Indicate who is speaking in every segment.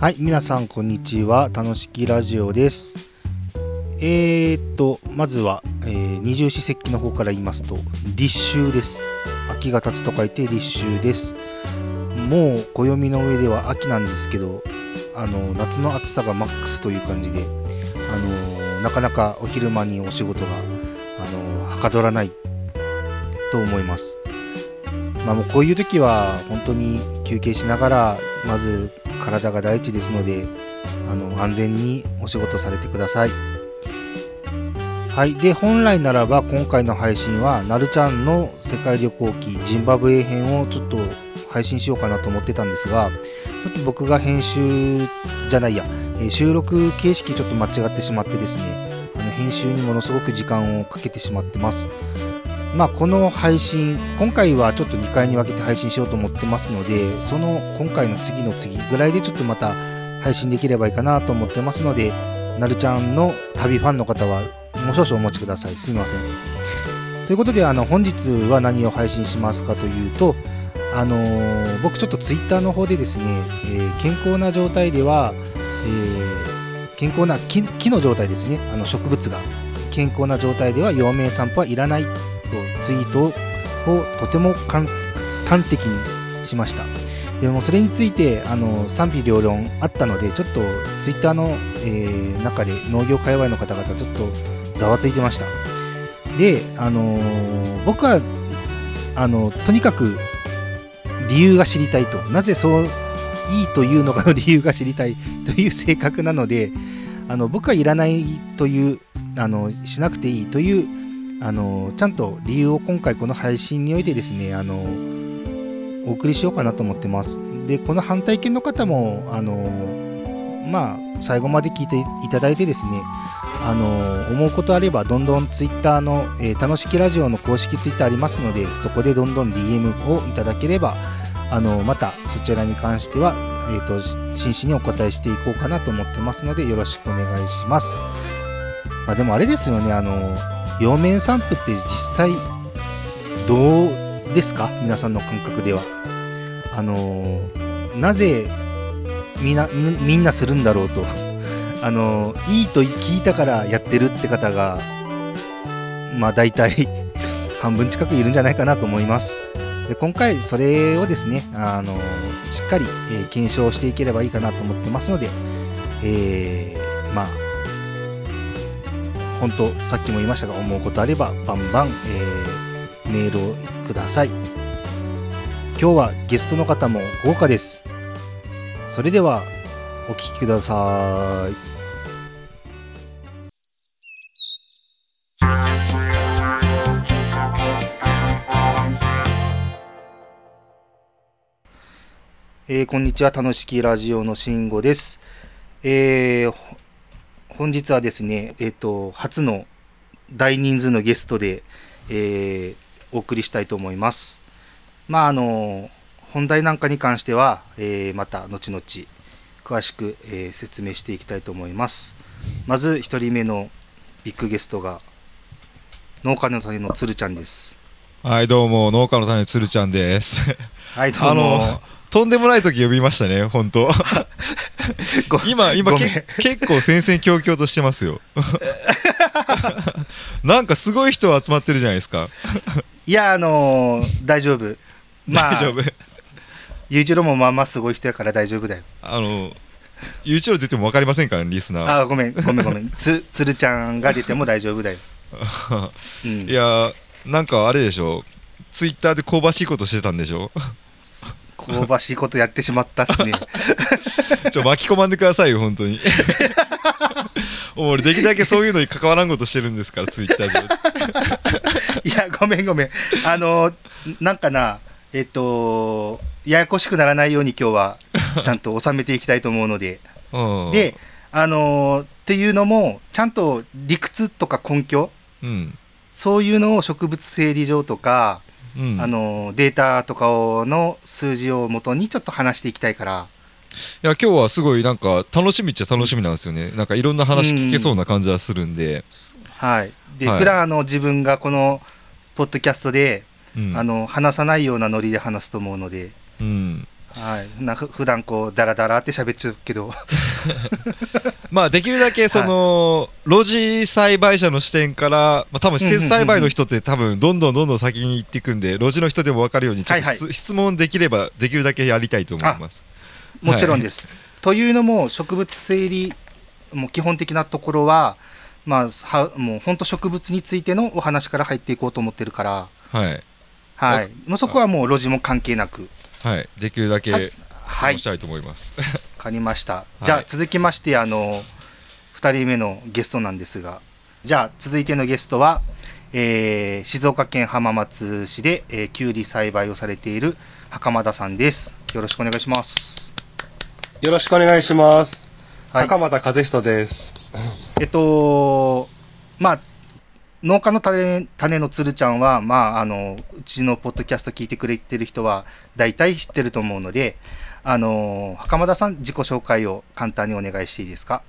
Speaker 1: はい、皆さんこんにちは。楽しきラジオです。まずは、二十四節気の方から言いますと立秋です。秋が経つと書いて立秋です。もう暦の上では秋なんですけど、夏の暑さがマックスという感じで、なかなかお昼間にお仕事が、はかどらないと思います。もうこういう時は本当に休憩しながら、まず体が第一ですので、安全にお仕事されてください。はい。で、本来ならば今回の配信はなるちゃんの世界旅行記ジンバブエ編をちょっと配信しようかなと思ってたんですが、ちょっと僕が収録形式ちょっと間違ってしまってですね、編集にものすごく時間をかけてしまってます。この配信、今回はちょっと2回に分けて配信しようと思ってますので、その今回の次の次ぐらいでちょっとまた配信できればいいかなと思ってますので、なるちゃんの旅ファンの方はもう少々お待ちください。すみません。ということで、本日は何を配信しますかというと、僕ちょっとツイッターの方でですね、健康な状態では、健康な 木の状態ですね、植物が健康な状態では陽明散布はいらないとツイートをとても端的にしました。でもそれについて賛否両論あったので、ちょっとツイッターの、中で農業界隈の方々ちょっとざわついてました。で、僕はとにかく理由が知りたいと、なぜそういいというのかの理由が知りたいという性格なので、僕はいらないというしなくていいというちゃんと理由を今回この配信においてですねお送りしようかなと思ってます。で、この反対意見の方も最後まで聞いていただいてですね、思うことあればどんどんツイッターの、楽しきラジオの公式ツイッターありますので、そこでどんどん DM をいただければまたそちらに関しては、真摯にお答えしていこうかなと思ってますので、よろしくお願いします。でもあれですよね、陽明散布って実際どうですか、皆さんの感覚では。なぜみんなするんだろうといいと聞いたからやってるって方がだいたい半分近くいるんじゃないかなと思います。で、今回それをですねしっかり、検証していければいいかなと思ってますので、本当さっきも言いましたが、思うことあればバンバン、メールをください。今日はゲストの方も豪華です。それではお聞きください。こんにちは、楽しきラジオの慎吾です。本日はですね、初の大人数のゲストで、お送りしたいと思います。本題なんかに関しては、また後々詳しく、説明していきたいと思います。まず一人目のビッグゲストが農家の種のつるちゃんです。
Speaker 2: はい、どうも農家の種のつるちゃんです。
Speaker 1: はい、どうも。
Speaker 2: とんでもない時呼びましたね、本当。今結構戦々恐々としてますよ。なんかすごい人集まってるじゃないですか。
Speaker 1: いや、大丈夫。
Speaker 2: 大丈夫。
Speaker 1: ゆういちろうもすごい人やから大丈夫だよ。
Speaker 2: ゆういちろうって言っても分かりませんからね、リスナー。
Speaker 1: ごめん。つるちゃんが出ても大丈夫だよ。
Speaker 2: いや、なんかあれでしょ、ツイッターで香ばしいことしてたんでしょ。
Speaker 1: 香ばしいことやってしまったっすね。
Speaker 2: 巻き込まんでくださいよ、本当に。俺できるだけそういうのに関わらんことしてるんですから、ツイッター
Speaker 1: 上。いや、ごめん。なんかな、ややこしくならないように今日はちゃんと収めていきたいと思うので。で、っていうのもちゃんと理屈とか根拠、そういうのを植物整理場とか、データとかの数字を元にちょっと話していきたいから。
Speaker 2: いや、今日はすごいなんか楽しみっちゃ楽しみなんですよね。なんかいろんな話聞けそうな感じはするんで。
Speaker 1: はい。で、普段自分がこのポッドキャストで、話さないようなノリで話すと思うので、 はい、普段こうダラダラって喋っちゃうけど
Speaker 2: まあできるだけその、露地栽培者の視点から、まあ、多分施設栽培の人って多分どんどん先に行っていくんで、露地の人でも分かるようにちょっと、質問できればできるだけやりたいと思います。
Speaker 1: もちろんです、というのも植物整理もう基本的なところは、まあ、もう本当植物についてのお話から入っていこうと思ってるから、はい、もうそこはもう露地も関係なく、
Speaker 2: はい、できるだけ質問したいと思います。わ
Speaker 1: かりました。じゃあ続きまして2人目のゲストなんですが、じゃあ続いてのゲストは、静岡県浜松市で、きゅうり栽培をされている袴田さんです。よろしくお願いします。
Speaker 3: よろしくお願いします。
Speaker 1: はい、
Speaker 3: 袴田和人です。
Speaker 1: まあ農家の種のつるちゃんは、まあ、うちのポッドキャスト聞いてくれてる人は大体知ってると思うので、袴田さん、自己紹介を簡単にお願いしていいですか。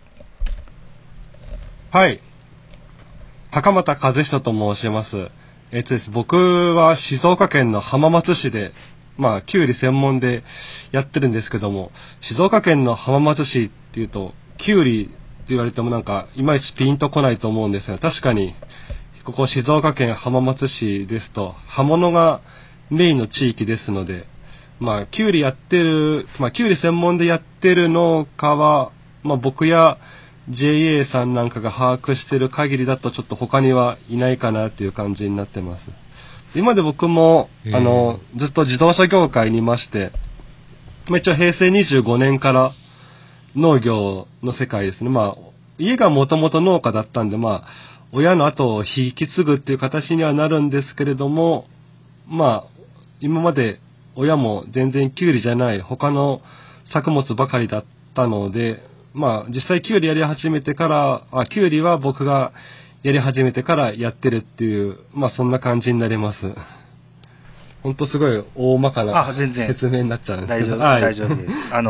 Speaker 3: はい。袴田和人と申します。僕は静岡県の浜松市で、まあ、きゅうり専門でやってるんですけども、静岡県の浜松市っていうと、きゅうりって言われてもなんか、いまいちピンとこないと思うんですが、確かに、ここ静岡県浜松市ですと、葉物がメインの地域ですので、まあ、きゅうりやってる、まあ、きゅうり専門でやってる農家は、まあ、僕や JA さんなんかが把握してる限りだとちょっと他にはいないかなっていう感じになってます。今で僕も、ずっと自動車業界にいまして、まあ、一応平成25年から農業の世界ですね。まあ、家がもともと農家だったんで、まあ、親の後を引き継ぐっていう形にはなるんですけれども、まあ、今まで親も全然キュウリじゃない他の作物ばかりだったので、まあ、実際キュウリやり始めてから、キュウリは僕がやり始めてからやってるっていう、まあそんな感じになります。本当すごい大まかな説明になっちゃうんですけど。
Speaker 1: 大丈夫です。はい。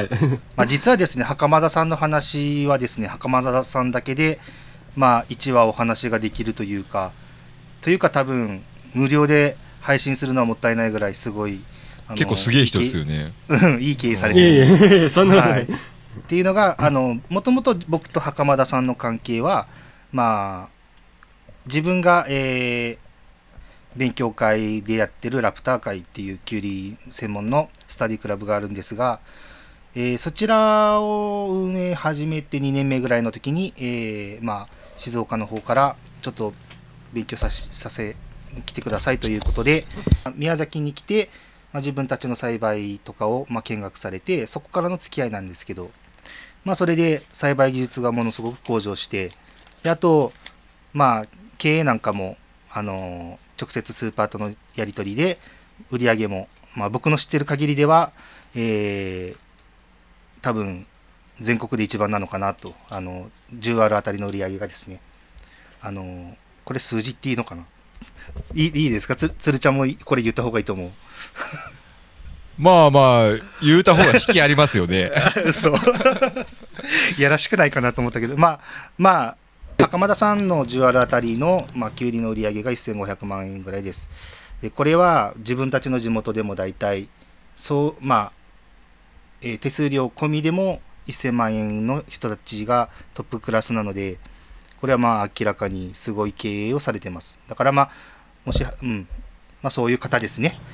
Speaker 1: まあ実はですね、袴田さんの話はですね、袴田さんだけで、まあ1話お話ができるというか多分無料で配信するのはもったいないぐらいすごい
Speaker 2: 結構すげえ人ですよね。
Speaker 1: いい経営されてる。
Speaker 3: そんな、
Speaker 1: はい、っていうのがもともと僕と袴田さんの関係はまあ自分が、勉強会でやってるラプター会っていうキュウリ専門のスタディクラブがあるんですが、そちらを運営始めて2年目ぐらいの時に、まあ静岡の方からちょっと勉強させ来てくださいということで宮崎に来て、まあ、自分たちの栽培とかをまあ見学されて、そこからの付き合いなんですけど、まあそれで栽培技術がものすごく向上して、であとまあ経営なんかも直接スーパーとのやり取りで売り上げも、まあ、僕の知ってる限りでは、多分全国で一番なのかなと、10あるあたりの売り上げがですね、これ数字っていいのかな、いいですか、つるちゃんもこれ言った方がいいと思う。
Speaker 2: まあまあ言うた方が引きありますよね。
Speaker 1: そうやらしくないかなと思ったけど、まあ袴田さんの10あるあたりの、まあ、きゅうりの売り上げが1500万円ぐらいです。でこれは自分たちの地元でも大体まあ、手数料込みでも1000万円の人たちがトップクラスなので、これはまあ明らかにすごい経営をされてます。だからまあもしまあそういう方ですね。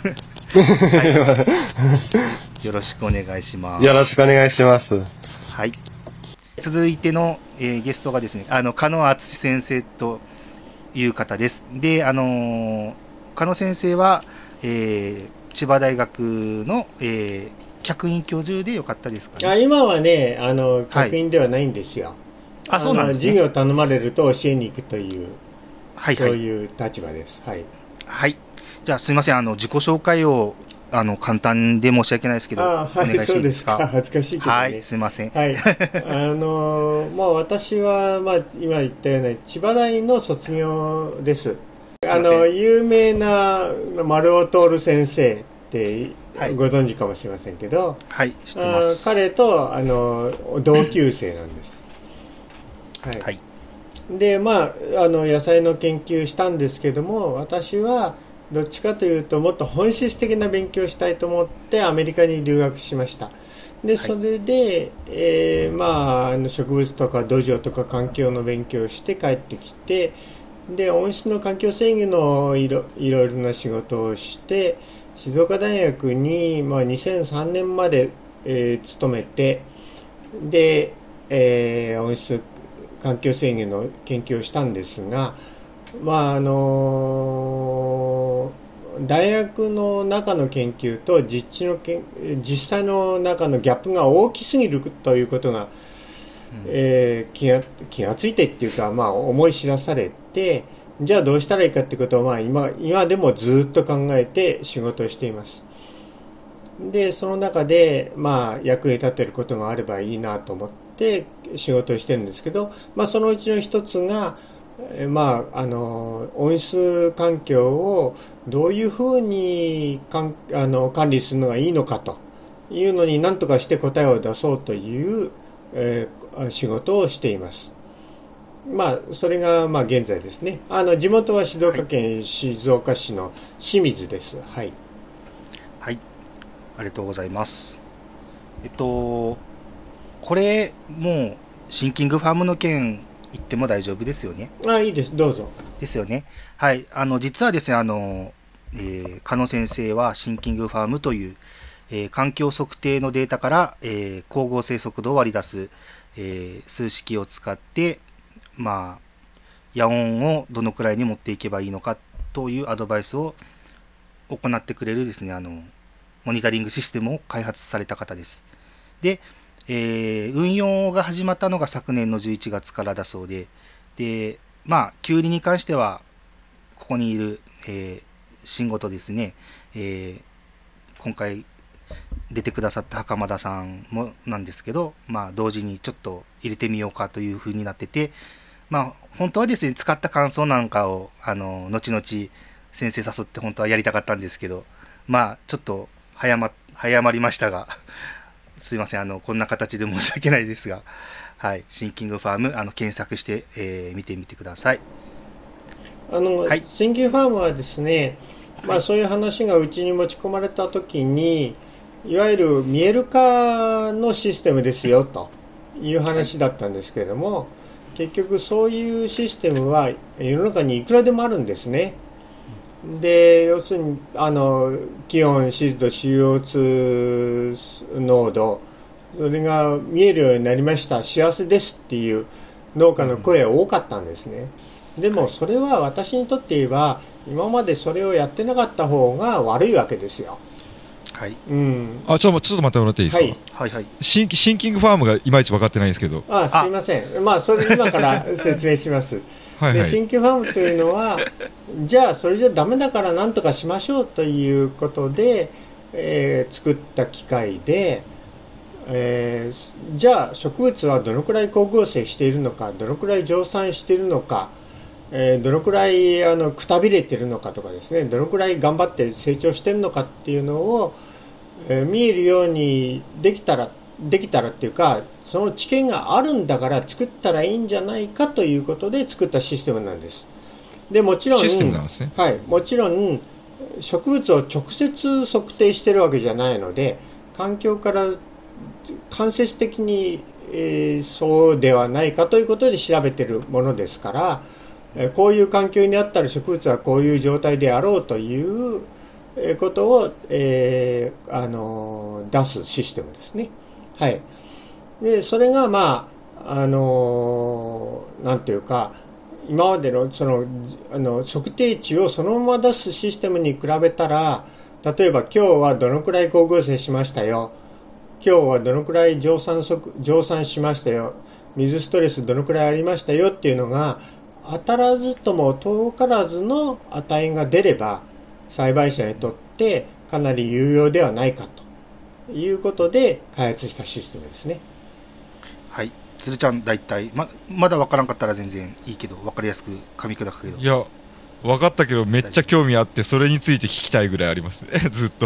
Speaker 1: はい、よろしくお願いします。
Speaker 3: よろしくお願いします。
Speaker 1: はい。続いての、ゲストがですね、加野敦先生という方です。で、加野先生は、千葉大学の、客員教授でよかったですかね。
Speaker 4: 今はね、客員ではないんですよ。
Speaker 1: はい、そうなんですね。
Speaker 4: 授業頼まれると教えに行くという、
Speaker 1: はい、
Speaker 4: そういう立場です。はい。
Speaker 1: はい。じゃあすみません、自己紹介を簡単で申し訳ないですけど、
Speaker 4: はい、お願いしていいですか。恥ずかしいけどね。
Speaker 1: はい、すみません。
Speaker 4: はい。まあ私は、まあ今言ったような千葉大の卒業です。有名な丸尾徹先生ってご存知かもしれませんけど、
Speaker 1: はい、知ってます。
Speaker 4: 彼と同級生なんです。はい。で、まあ野菜の研究したんですけども、私はどっちかというともっと本質的な勉強をしたいと思ってアメリカに留学しました。でそれで、植物とか土壌とか環境の勉強をして帰ってきて、で温室の環境制御のいろいろな仕事をして、静岡大学に、2003年まで、勤めて、で、温室環境制御の研究をしたんですが、大学の中の研究と実際の中のギャップが大きすぎるということが、気がついてっていうか、思い知らされて、じゃあどうしたらいいかってことを、今でもずっと考えて仕事をしています。でその中で役に立てることがあればいいなと思って仕事をしてるんですけど、そのうちの一つが温室環境をどういうふうに管理するのがいいのかというのに何とかして答えを出そうという、仕事をしています。それが現在ですね。地元は静岡県静岡市の清水です。はい。
Speaker 1: はい。ありがとうございます。これもうシンキングファームの件言っても大丈夫ですよね。
Speaker 4: いいです。どうぞ。
Speaker 1: ですよね。はい。実はですね、加野先生はシンキングファームという、環境測定のデータから、光合成速度を割り出す、数式を使って、野音をどのくらいに持っていけばいいのかというアドバイスを行ってくれるですね、モニタリングシステムを開発された方です。で、運用が始まったのが昨年の11月からだそうで、で、キュウリに関しては、ここにいる、慎吾とですね、今回出てくださった袴田さんもなんですけど、同時にちょっと入れてみようかというふうになってて、本当はですね、使った感想なんかを、後々先生誘って本当はやりたかったんですけど、ちょっと早まりましたが、すいません、こんな形で申し訳ないですが、はい、シンキングファーム、検索して、見てみてください。
Speaker 4: はい、シンキングファームはですね、そういう話がうちに持ち込まれたときに、いわゆる見える化のシステムですよという話だったんですけれども、結局そういうシステムは世の中にいくらでもあるんですね。で、要するに気温、湿度、CO2 濃度、それが見えるようになりました、幸せですっていう農家の声が多かったんですね。でもそれは私にとって言えば、今までそれをやってなかった方が悪いわけですよ。
Speaker 1: はい。
Speaker 2: ちょっと待ってもらっていいですか。
Speaker 1: はいはい。
Speaker 2: シンキングファームがいまいち分かってないんですけど。
Speaker 4: すいません。それ今から説明します。でシンキングファームというのは、じゃあそれじゃダメだから何とかしましょうということで、作った機械で、じゃあ植物はどのくらい光合成しているのか、どのくらい蒸散しているのか、どのくらいくたびれているのかとかですね、どのくらい頑張って成長しているのかっていうのを、見えるようにできたらっていうか、その知見があるんだから作ったらいいんじゃないかということで作ったシステムなんです。でもちろん、
Speaker 2: システムなんですね。
Speaker 4: はい、もちろん植物を直接測定しているわけじゃないので、環境から間接的に、そうではないかということで調べているものですから、こういう環境にあったら植物はこういう状態であろうということを、出すシステムですね。はい。で、それがなんていうか、今までの測定値をそのまま出すシステムに比べたら、例えば今日はどのくらい光合成しましたよ。今日はどのくらい蒸散しましたよ。水ストレスどのくらいありましたよっていうのが、当たらずとも遠からずの値が出れば、栽培者にとってかなり有用ではないかということで開発したシステムですね。
Speaker 1: はい。鶴ちゃん大体、まだ分からんかったら全然いいけど、分かりやすく噛み砕くけど。
Speaker 2: いや、分かったけどめっちゃ興味あって、それについて聞きたいぐらいありますね。ずっと。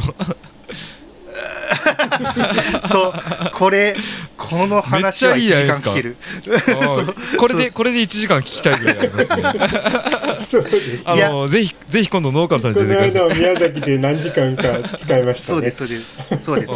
Speaker 1: そう、この話は1時間聞ける。
Speaker 2: これで1時間聞きたいぐらいありますね。
Speaker 4: そうですね。
Speaker 2: ぜひ今度農家のさんに
Speaker 4: この
Speaker 2: 出てください。
Speaker 4: 間宮崎で何時間か使いましたね。
Speaker 1: そうです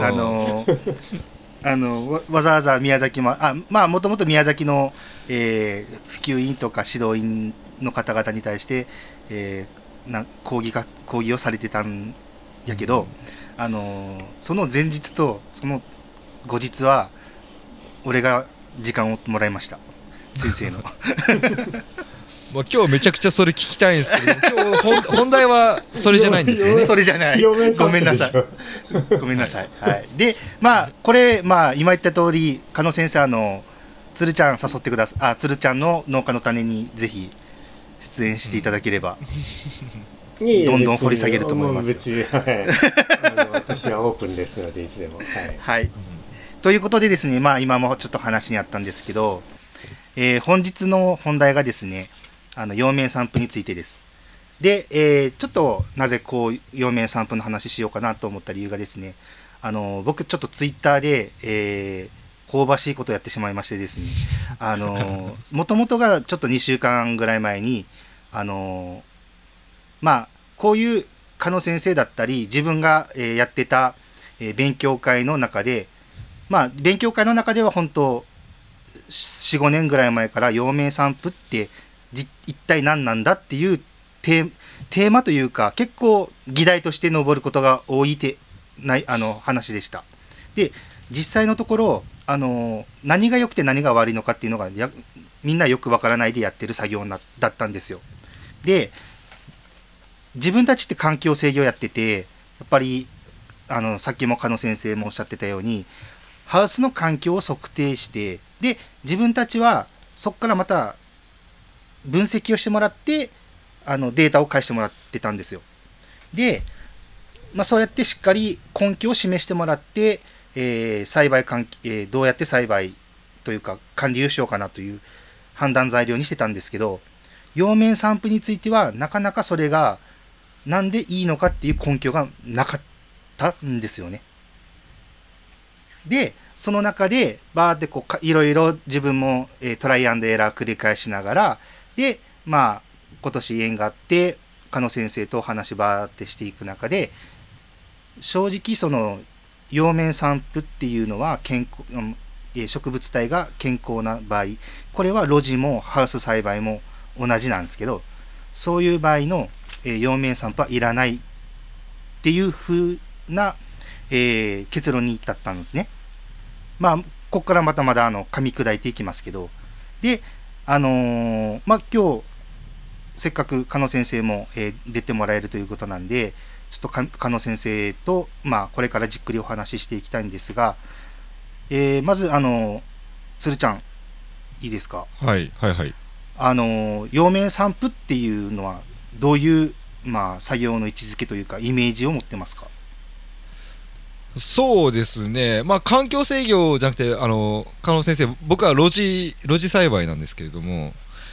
Speaker 1: わざわざ宮崎ももともと宮崎の、普及員とか指導員の方々に対して、講義をされてたんやけど、その前日とその後日は俺が時間をもらいました、先生の。
Speaker 2: まあ今日めちゃくちゃそれ聞きたいんですけど、今日本題はそれじゃないんですよね。
Speaker 1: それじゃない。ごめんなさい。ごめんなさい。はい。で、これ、今言った通り、加野先生、鶴ちゃん誘ってください。鶴ちゃんの農家の種にぜひ出演していただければ、どんどん掘り下げると思います。
Speaker 4: 別に、私はオープンですので、いつでも。
Speaker 1: はい。ということでですね、今もちょっと話にあったんですけど、本日の本題がですね、葉面散布についてです。で、ちょっとなぜこう葉面散布の話しようかなと思った理由がですね、僕ちょっとツイッターで、香ばしいことをやってしまいましてですね、もともとがちょっと2週間ぐらい前に、こういう加野先生だったり、自分がやってた勉強会の中で、勉強会の中では本当、4、5年ぐらい前から葉面散布って一体何なんだっていうテーマというか、結構議題として上ることが多い話でした。で、実際のところ、何が良くて何が悪いのかっていうのがみんなよくわからないでやってる作業だったんですよ。で、自分たちって環境制御やってて、やっぱりさっきも加野先生もおっしゃってたように、ハウスの環境を測定して、で自分たちはそこからまた分析をしてもらってデータを返してもらってたんですよ。で、そうやってしっかり根拠を示してもらって、栽培どうやって栽培というか管理をしようかなという判断材料にしてたんですけど、葉面散布についてはなかなかそれがなんでいいのかっていう根拠がなかったんですよね。で、その中でバーっていろいろ自分も、トライアンドエラー繰り返しながら、で今年縁があって加野先生とお話バーってしていく中で、正直その葉面散布っていうのは植物体が健康な場合、これは露地もハウス栽培も同じなんですけど、そういう場合の、葉面散布はいらないっていう風な、結論に至ったんですね。ここからまだ噛み砕いていきますけど、で、今日せっかく加野先生も、出てもらえるということなんで、ちょっと加野先生と、これからじっくりお話ししていきたいんですが、まず鶴ちゃんいいですか。
Speaker 2: はいはいはい。
Speaker 1: 葉面散布っていうのはどういう、作業の位置づけというかイメージを持ってますか。
Speaker 2: そうですね、環境制御じゃなくて加納先生、僕は露地栽培なんですけれども、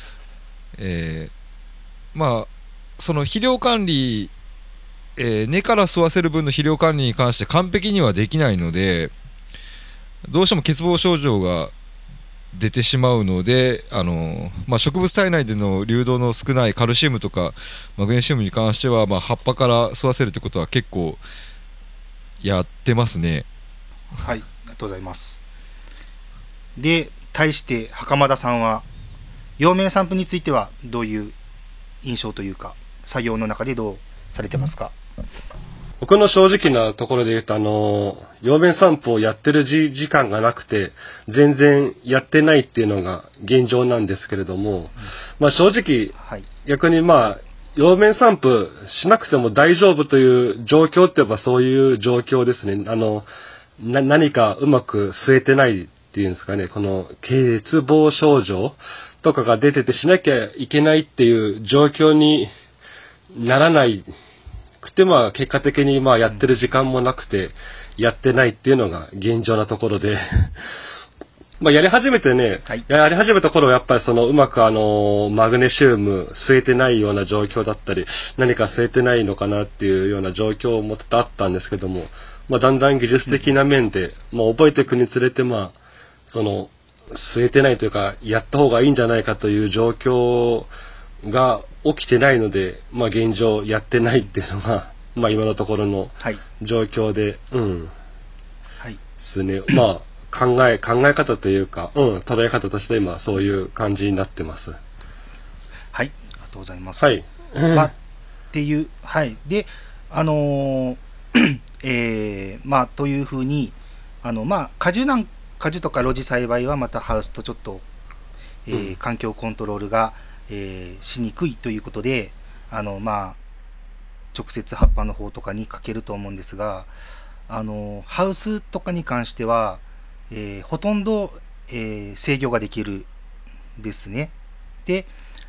Speaker 2: その肥料管理、根から吸わせる分の肥料管理に関して完璧にはできないので、どうしても欠乏症状が出てしまうので、植物体内での流動の少ないカルシウムとかマグネシウムに関しては、葉っぱから吸わせるということは結構やってますね。
Speaker 1: はい、ありがとうございます。で、対して袴田さんは葉面散布についてはどういう印象というか作業の中でどうされてますか。
Speaker 3: 僕の正直なところで言うと、葉面散布をやってる時間がなくて、全然やってないっていうのが現状なんですけれども、正直、逆に葉面散布しなくても大丈夫という状況って言えばそういう状況ですね。何かうまく吸えてないっていうんですかね、この欠乏症状とかが出ててしなきゃいけないっていう状況にならないくて、結果的にやってる時間もなくてやってないっていうのが現状なところでやり始めてね、やり始めた頃はやっぱりうまくマグネシウム吸えてないような状況だったり、何か吸えてないのかなっていうような状況もあったんですけども、だんだん技術的な面で、覚えていくにつれて吸えてないというか、やった方がいいんじゃないかという状況が起きてないので、まあ現状やってないっていうのが、まあ今のところの状況で、
Speaker 1: はい
Speaker 3: ですね。まあ考え方というか、捉え方として今そういう感じになってます。
Speaker 1: はい、ありがとうございます。
Speaker 3: はい。
Speaker 1: っていう、はい。で、まあ、というふうに、まあ、果樹とか露地栽培はまたハウスとちょっと、環境コントロールが、しにくいということで、まあ、直接葉っぱの方とかにかけると思うんですが、ハウスとかに関しては、ほとんど、制御ができるですね。で、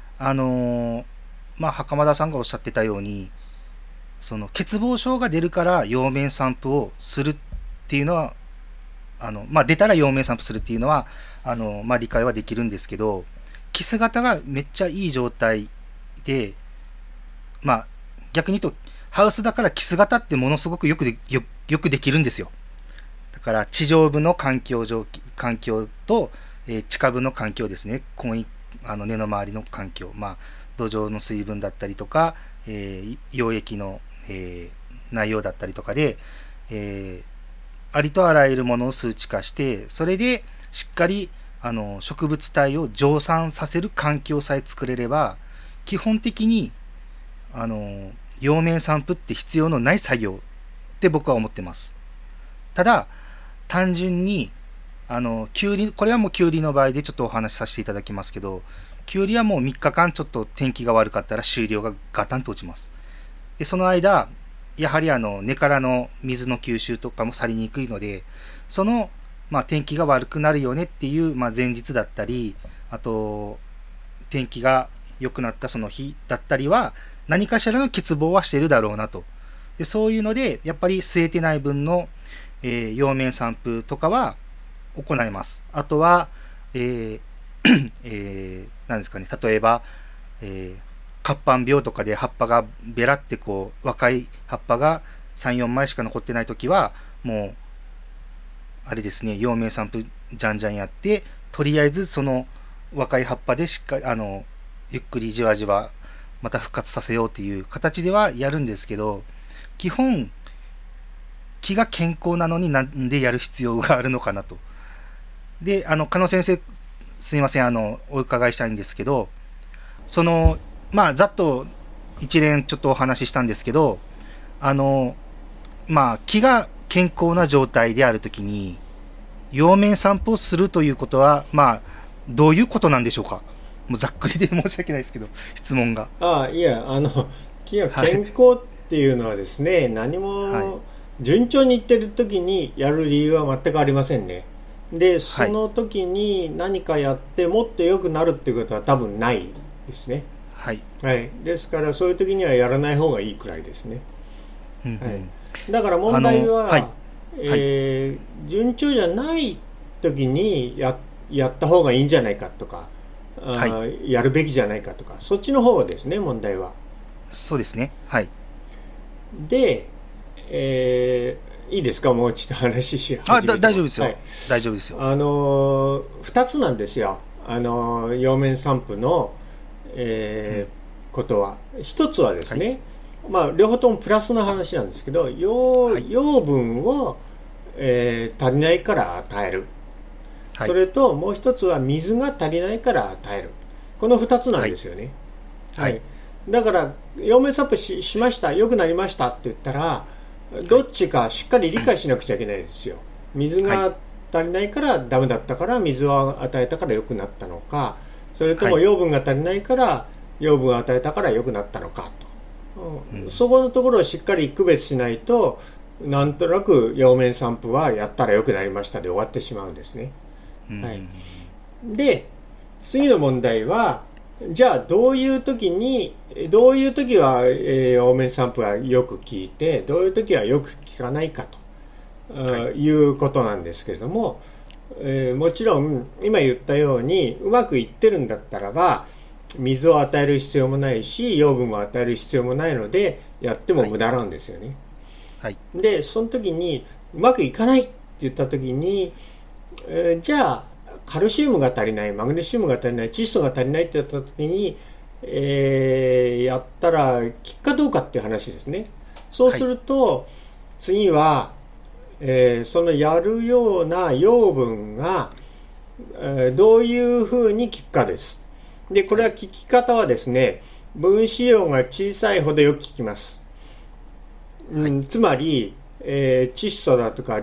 Speaker 1: まあ、袴田さんがおっしゃってたように、その欠乏症が出るから葉面散布をするっていうのは、まあ、出たら葉面散布するっていうのは、まあ、理解はできるんですけど、キス型がめっちゃいい状態で、まあ、逆に言うと、ハウスだからキス型ってものすごくよくできるんですよ。だから、地上部の環境と、地下部の環境ですね。根の周りの環境。まあ、土壌の水分だったりとか、溶液の、内容だったりとかで、ありとあらゆるものを数値化して、それでしっかり植物体を蒸散させる環境さえ作れれば、基本的に葉面散布って必要のない作業って僕は思ってます。ただ単純にキュウリ、これはもうキュウリの場合でちょっとお話しさせていただきますけど、キュウリはもう3日間ちょっと天気が悪かったら収量がガタンと落ちます。でその間やはり根からの水の吸収とかもされにくいので、その、まあ、天気が悪くなるよねっていう、まあ、前日だったり、あと天気が良くなったその日だったりは何かしらの欠乏はしているだろうなと。でそういうのでやっぱり吸えてない分の、葉面散布とかは行います。あとは、何ですかね、例えば、活版病とかで葉っぱがベラってこう若い葉っぱが 3,4 枚しか残ってないときはもうあれですね、葉面散布じゃんじゃんやって、とりあえずその若い葉っぱでしっかりゆっくりじわじわまた復活させようっていう形ではやるんですけど、基本木が健康なのになんでやる必要があるのかなと。で加納先生すいませんお伺いしたいんですけど、そのまあざっと一連ちょっとお話ししたんですけど、まあ木が健康な状態であるときに葉面散布をするということはまあどういうことなんでしょうか。もうざっくりで申し訳ないですけど質問が。
Speaker 4: いや木が健康っていうのはですね、はい、何も順調にいってるときにやる理由は全くありませんね。でその時に何かやってもっと良くなるっていうことは多分ないですね。はい、はい、ですからそういう時にはやらない方がいいくらいですね。はい、だから問題は、順調じゃない時にやった方がいいんじゃないかとか、やるべきじゃないかとか、そっちの方ですね、問題は。
Speaker 1: そうですね。はい。
Speaker 4: で、いいですか、もう一度話し始めて。
Speaker 1: 大丈夫ですよ。はい、大丈夫ですよ。
Speaker 4: 2つなんですよ。葉面散布の、ことは。一つはですね、まあ、両方ともプラスの話なんですけど、養分を、足りないから与える。それと、もう一つは水が足りないから与える。この2つなんですよね。はい。だから、葉面散布 しました、良くなりましたって言ったら、どっちかしっかり理解しなくちゃいけないですよ。水が足りないからダメだったから水を与えたから良くなったのか、それとも養分が足りないから養分を与えたから良くなったのかと、そこのところをしっかり区別しないと、なんとなく葉面散布はやったら良くなりましたで終わってしまうんですね。はい。で、次の問題は、じゃあどういう時は、葉面散布はよく効いて、どういう時はよく効かないかと、いうことなんですけれども、もちろん今言ったようにうまくいってるんだったらば水を与える必要もないし養分を与える必要もないのでやっても無駄なんですよね。はい。でその時にうまくいかないって言った時に、じゃあカルシウムが足りない、マグネシウムが足りない、窒素が足りないって言った時に、 やったら効くかどうかっていう話ですね。そうすると、次は、そのやるような養分が、どういうふうに効くかです。で、これは効き方はですね、分子量が小さいほどよく効きます。つまり、窒素だとか、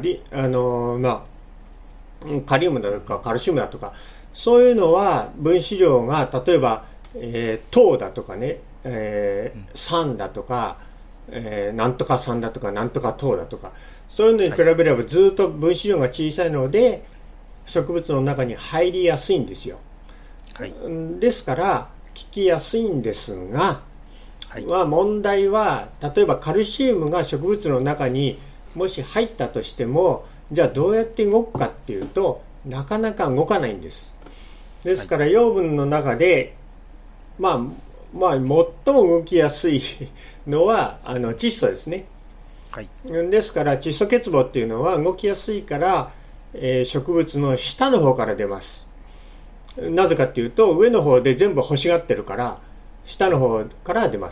Speaker 4: カリウムだとかカルシウムだとか、そういうのは分子量が、例えば、糖だとかね、酸だとか、なんとか酸だとか、なんとか糖だとか、そういうのに比べればずっと分子量が小さいので、植物の中に入りやすいんですよ。はい、ですから、効きやすいんですが、問題は、例えばカルシウムが植物の中にもし入ったとしても、じゃあどうやって動くかっていうと、なかなか動かないんです。ですから養分の中で、最も動きやすいのは窒素ですね。はい、ですから窒素欠乏っていうのは動きやすいから、植物の下の方から出ます。なぜかっていうと、上の方で全部欲しがってるから、下の方から出ます。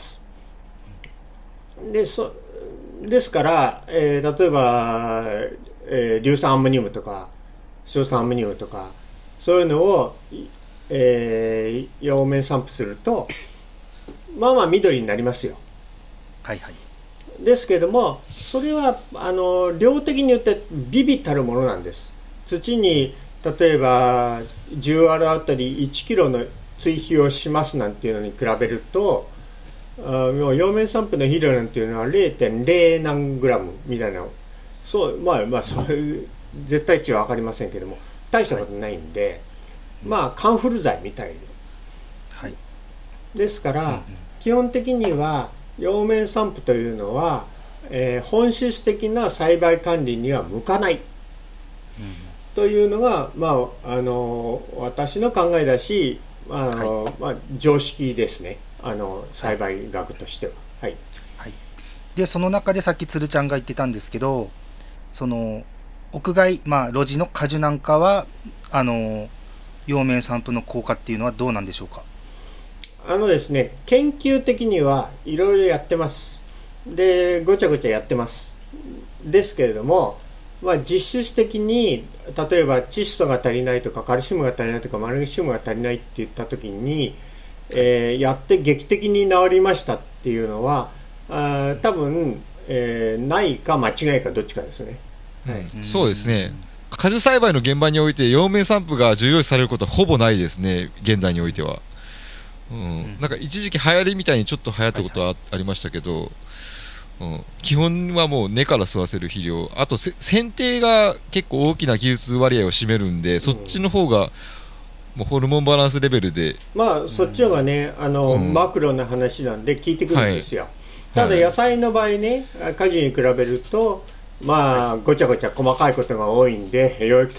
Speaker 4: ですから、例えば、硫酸アンモニウムとか、硝酸アンモニウムとか、そういうのを、葉面散布すると、緑になりますよ。はいはい。ですけれども、それは、量的によって微々たるものなんです。土に、例えば、10アルあたり1キロの追肥をしますなんていうのに比べると、もう葉面散布の肥料なんていうのは 0.0 何グラムみたいな、そういう絶対値は分かりませんけども、大したことないんで、カンフル剤みたいで。はい。ですから、基本的には葉面散布というのは、本質的な栽培管理には向かない。というのが、私の考えだし、常識ですね。栽培学としては。はい。
Speaker 1: はい。で、その中でさっき鶴ちゃんが言ってたんですけど、その、屋外、露地の果樹なんかは、葉面散布の効果っていうのはどうなんでしょうか？
Speaker 4: ですね、研究的にはいろいろやってます。で、ごちゃごちゃやってます。ですけれども、実質的に、例えば窒素が足りないとか、カルシウムが足りないとか、マグネシウムが足りないって言ったときに、やって劇的に治りましたっていうのは、多分、ないか間違いかどっちかですね。
Speaker 2: はい、そうですね。果樹栽培の現場において葉面散布が重要視されることはほぼないですね、現代においては。なんか一時期流行りみたいにちょっと流行ったことはありましたけど、基本はもう根から吸わせる肥料、あと剪定が結構大きな技術割合を占めるんで、そっちの方がもうホルモンバランスレベルで、
Speaker 4: そっちの方がね、マクロな話なんで効いてくるんですよ。ただ野菜の場合ね、果樹に比べるとごちゃごちゃ細かいことが多いんで、葉面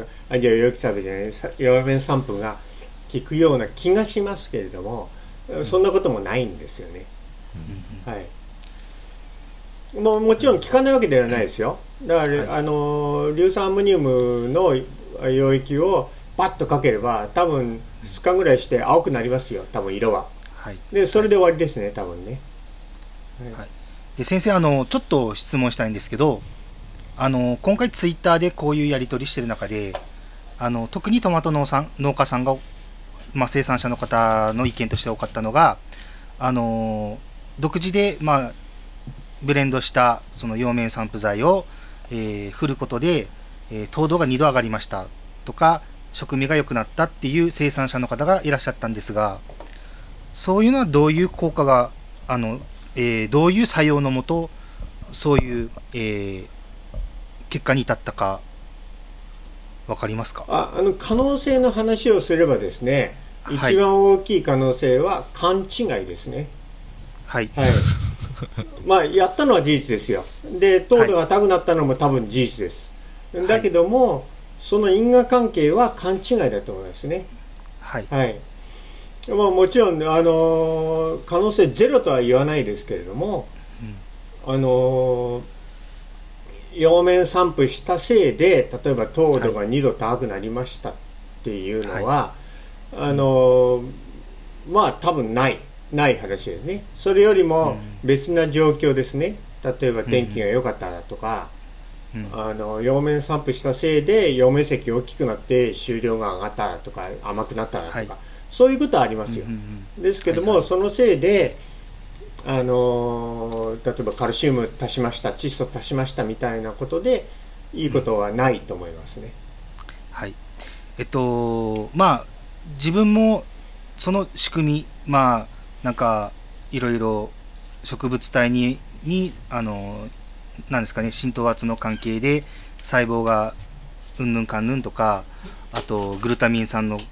Speaker 4: 散布が効くような気がしますけれども、そんなこともないんですよね。はい。もちろん効かないわけではないですよ。だから、硫酸アンモニウムの溶液をパッとかければ、多分2日ぐらいして青くなりますよ、多分色は。はい。で、それで終わりですね、多分ね。
Speaker 1: はい。で、先生、ちょっと質問したいんですけど、今回ツイッターでこういうやり取りしてる中で、特にトマト農家さんが、生産者の方の意見として多かったのが、独自で、ブレンドしたその葉面散布剤を、振ることで、糖度が2度上がりましたとか、食味が良くなったっていう生産者の方がいらっしゃったんですが、そういうのはどういう効果が、どういう作用のもと、そういう、結果に至ったか、わかりますか？
Speaker 4: 可能性の話をすればですね、一番大きい可能性は勘違いですね。はい。はい。やったのは事実ですよ。で、糖度が高くなったのも多分事実です。だけども、その因果関係は勘違いだと思いますね。はい。はい。もちろん、可能性ゼロとは言わないですけれども、葉面散布したせいで、例えば糖度が2度高くなりましたっていうのは、多分ない。 ない話ですね。それよりも別な状況ですね。例えば天気が良かっただとか、葉面散布したせいで葉面積大きくなって収量が上がったとか甘くなったとか、はい、そういうことはありますよ。ですけども、そのせいで例えばカルシウム足しました、窒素足しましたみたいなことでいいことはないと思いますね。
Speaker 1: はい。自分もその仕組み、なんかいろいろ植物体になんですかね、浸透圧の関係で細胞がうんぬんかんぬんとか、あとグルタミン酸の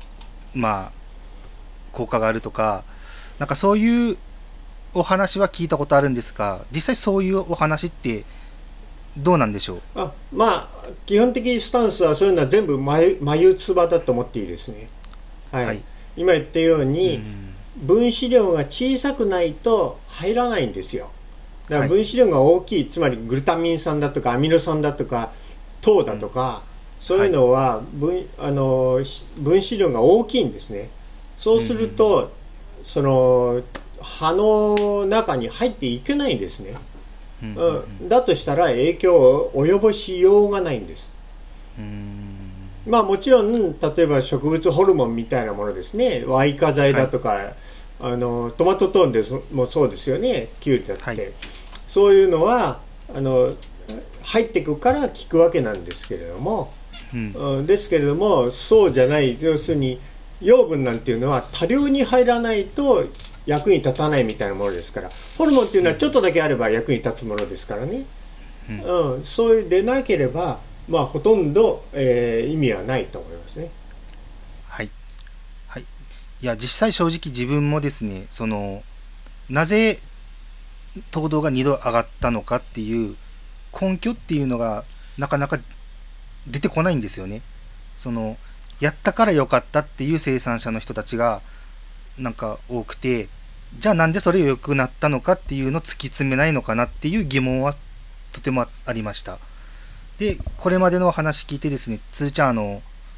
Speaker 1: 効果があるとか、なんかそういうお話は聞いたことあるんですが、実際そういうお話ってどうなんでしょう。
Speaker 4: 基本的スタンスはそういうのは全部眉唾だと思っていいですね。はい。今言ったように、分子量が小さくないと入らないんですよ。だから分子量が大きい、つまりグルタミン酸だとかアミノ酸だとか糖だとか、そういうのは分子量が大きいんですね。そうすると、その葉の中に入っていけないんですね。だとしたら影響を及ぼしようがないんです。もちろん例えば植物ホルモンみたいなものですね、Y化剤だとか、トマトトーンでもそうですよね、キュウリだって、そういうのは入ってくから効くわけなんですけれども、ですけれどもそうじゃない、要するに養分なんていうのは多量に入らないと役に立たないみたいなものですから、ホルモンっていうのはちょっとだけあれば役に立つものですからね、そういうでなければほとんど、意味はないと思いますね。
Speaker 1: はい、はい、いや実際正直自分もですね、なぜ糖度が2度上がったのかっていう根拠っていうのがなかなか出てこないんですよね。やったから良かったっていう生産者の人たちがなんか多くて、じゃあなんでそれ良くなったのかっていうのを突き詰めないのかなっていう疑問はとてもありました。でこれまでの話聞いてですね、つーちゃん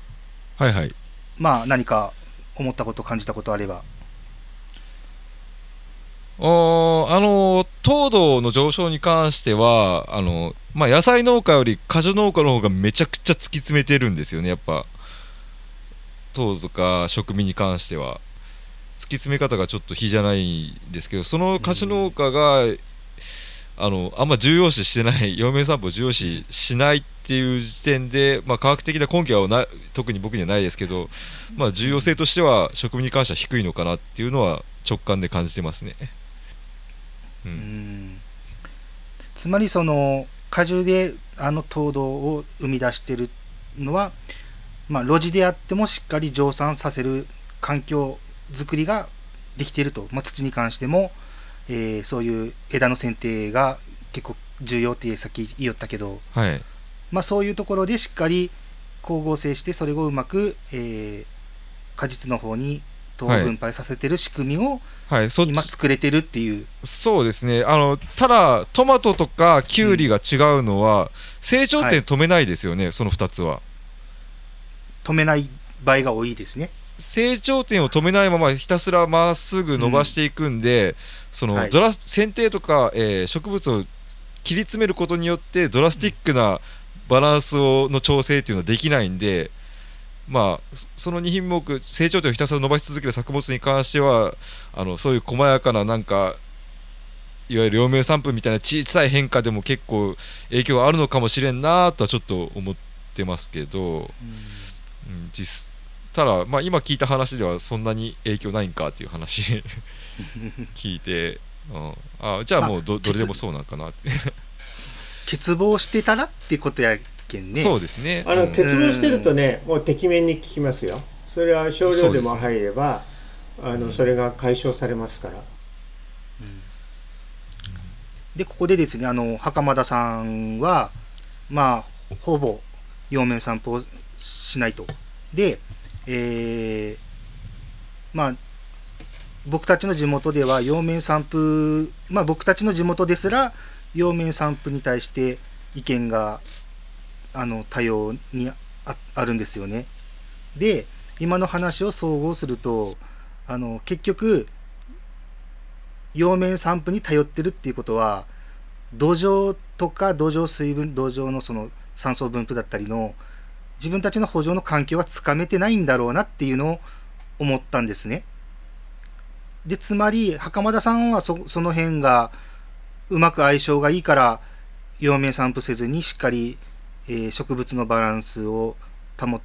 Speaker 1: 何か思ったこと感じたことあれば。
Speaker 2: 糖度の上昇に関しては野菜農家より果樹農家の方がめちゃくちゃ突き詰めてるんですよね。やっぱ糖度とか食味に関しては突き詰め方がちょっと比じゃないんですけど、その果樹農家があんま重要視してない、葉面散布を重要視しないっていう時点で、科学的な根拠は特に僕にはないですけど、重要性としては食味に関しては低いのかなっていうのは直感で感じてますね。
Speaker 1: つまり果樹で糖度を生み出しているのは、露地であってもしっかり蒸散させる環境づくりができていると、土に関しても、そういう枝の剪定が結構重要ってさっき言ったけど、そういうところでしっかり光合成してそれをうまく、果実の方に糖を分配させてる仕組みを今作れてるっていう、
Speaker 2: そうですね。ただトマトとかキュウリが違うのは、成長点止めないですよね、その2つは
Speaker 1: 止めない場合が多いですね。
Speaker 2: 成長点を止めないままひたすらまっすぐ伸ばしていくんで、剪定とか、植物を切り詰めることによってドラスティックなバランスの調整っていうのはできないんで、その2品目成長点をひたすら伸ばし続ける作物に関してはそういう細やかななんかいわゆる葉面散布みたいな小さい変化でも結構影響があるのかもしれんなとはちょっと思ってますけど、ただ今聞いた話ではそんなに影響ないんかっていう話聞いて、じゃあもうどれでもそうなんかなって
Speaker 1: 欠乏してたらってことやけんね。
Speaker 2: そうですね。
Speaker 4: 欠乏してるとね、もうてきめんに効きますよ。それは少量でも入ればそれが解消されますから。
Speaker 1: でここでですね、袴田さんはほぼ葉面散布をしないと。で僕たちの地元では葉面散布、僕たちの地元ですら葉面散布に対して意見が多様に あるんですよね。で今の話を総合すると結局葉面散布に頼ってるっていうことは、土壌とか土壌水分、土壌のその酸素分布だったりの自分たちの圃場の環境がつかめてないんだろうなっていうのを思ったんですね。で、つまり袴田さんはその辺がうまく相性がいいから葉面散布せずにしっかり、植物のバランスを保った、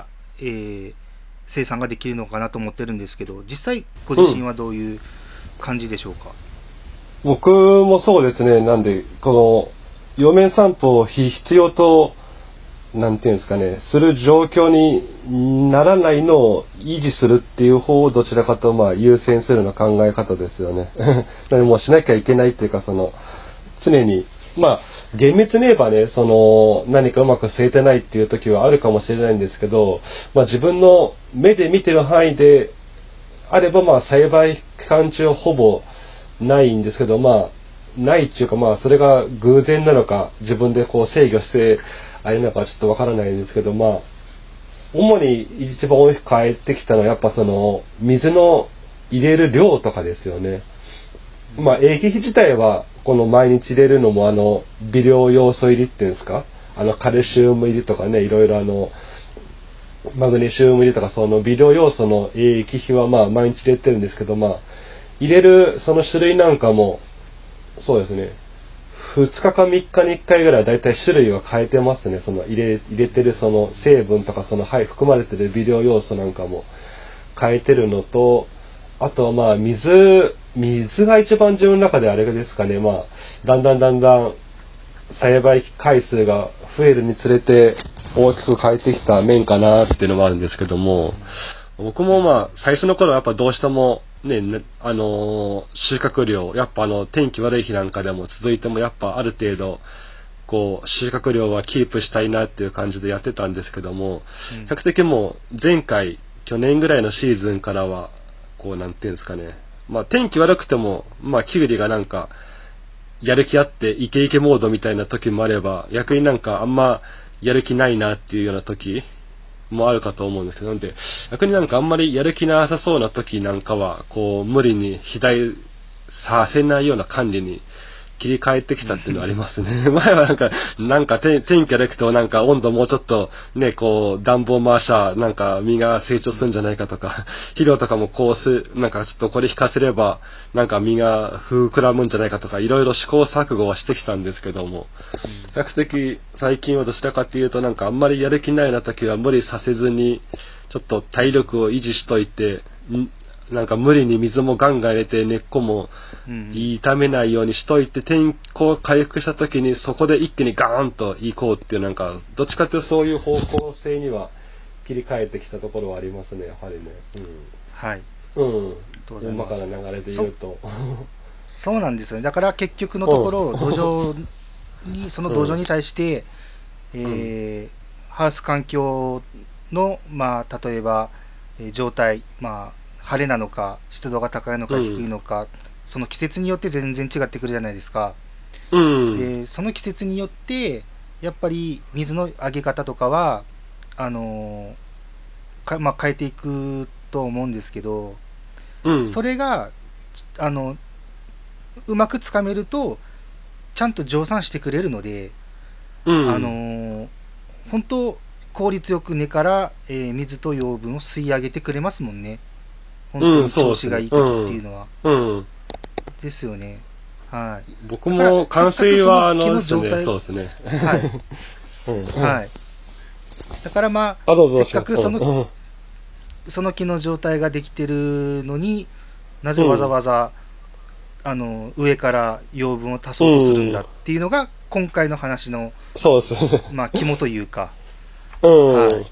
Speaker 1: 生産ができるのかなと思ってるんですけど、実際ご自身はどういう感じでしょうか？
Speaker 3: 僕もそうですね。なんで、この、葉面散布を必要と、なんていうんですかね、する状況にならないのを維持するっていう方をどちらかと優先するような考え方ですよね。なのでもうしなきゃいけないっていうか、常に、厳密に言えばね、何かうまく吸えてないっていう時はあるかもしれないんですけど、自分の目で見てる範囲であれば、栽培期間中ほぼないんですけど、ないっていうか、それが偶然なのか、自分で制御して、あれなのかちょっとわからないんですけど、主に一番大きく変えてきたのは、やっぱ水の入れる量とかですよね。液肥自体は、この毎日入れるのも微量要素入りっていうんですか、カルシウム入りとかね、いろいろマグネシウム入りとか、微量要素の液肥は毎日入れてるんですけど、入れるその種類なんかも、そうですね、2日か3日に1回ぐらいだいたい種類は変えてますね。入れてる成分とか含まれてる微量要素なんかも変えてるのと、あとは水が一番自分の中であれですかね、だんだん栽培回数が増えるにつれて大きく変えてきた面かなっていうのもあるんですけども、僕も最初の頃はやっぱどうしてもね、収穫量、やっぱ天気悪い日なんかでも続いてもやっぱある程度、収穫量はキープしたいなっていう感じでやってたんですけども、比較的もう去年ぐらいのシーズンからは、なんていうんですかね、天気悪くても、キュウリがやる気あってイケイケモードみたいな時もあれば、逆にあんまやる気ないなっていうような時もあるかと思うんですけど、なんで逆にあんまりやる気なさそうな時なんかは無理に肥大させないような管理に切り替えてきたっていうのはありますね。前は天気悪くても温度もうちょっとね、暖房回しゃ実が成長するんじゃないかとか、肥料とかもちょっとこれ引かせれば実が膨らむんじゃないかとか、いろいろ試行錯誤はしてきたんですけども、比較的最近はどちらかっていうとあんまりやる気ないな時は無理させずに、ちょっと体力を維持しといて、無理に水もガンガン入れて根っこも傷めないようにしといて、天候回復した時にそこで一気にガーンと行こうっていうどっちかというとそういう方向性には切り替えてきたところはありますね、やはりね。
Speaker 1: はい。
Speaker 3: 大まかな流れで言うと。
Speaker 1: そうなんですよね。だから結局のところ、その土壌に対して、ハウス環境の、例えば、状態、晴れなのか湿度が高いのか低いのか、その季節によって全然違ってくるじゃないですか。でその季節によってやっぱり水のあげ方とかは変えていくと思うんですけど、それがうまくつかめるとちゃんと蒸散してくれるので、本当効率よく根から、水と養分を吸い上げてくれますもんね。本当に調子がいい時っていうのは、ですよね。はい。
Speaker 3: 僕も完成はそうですね。
Speaker 1: はい。はい。だからせっかくその木の状態ができてるのになぜわざわざ、上から養分を足そうとするんだっていうのが今回の話の
Speaker 3: そうですね。
Speaker 1: 肝というか、
Speaker 3: はい。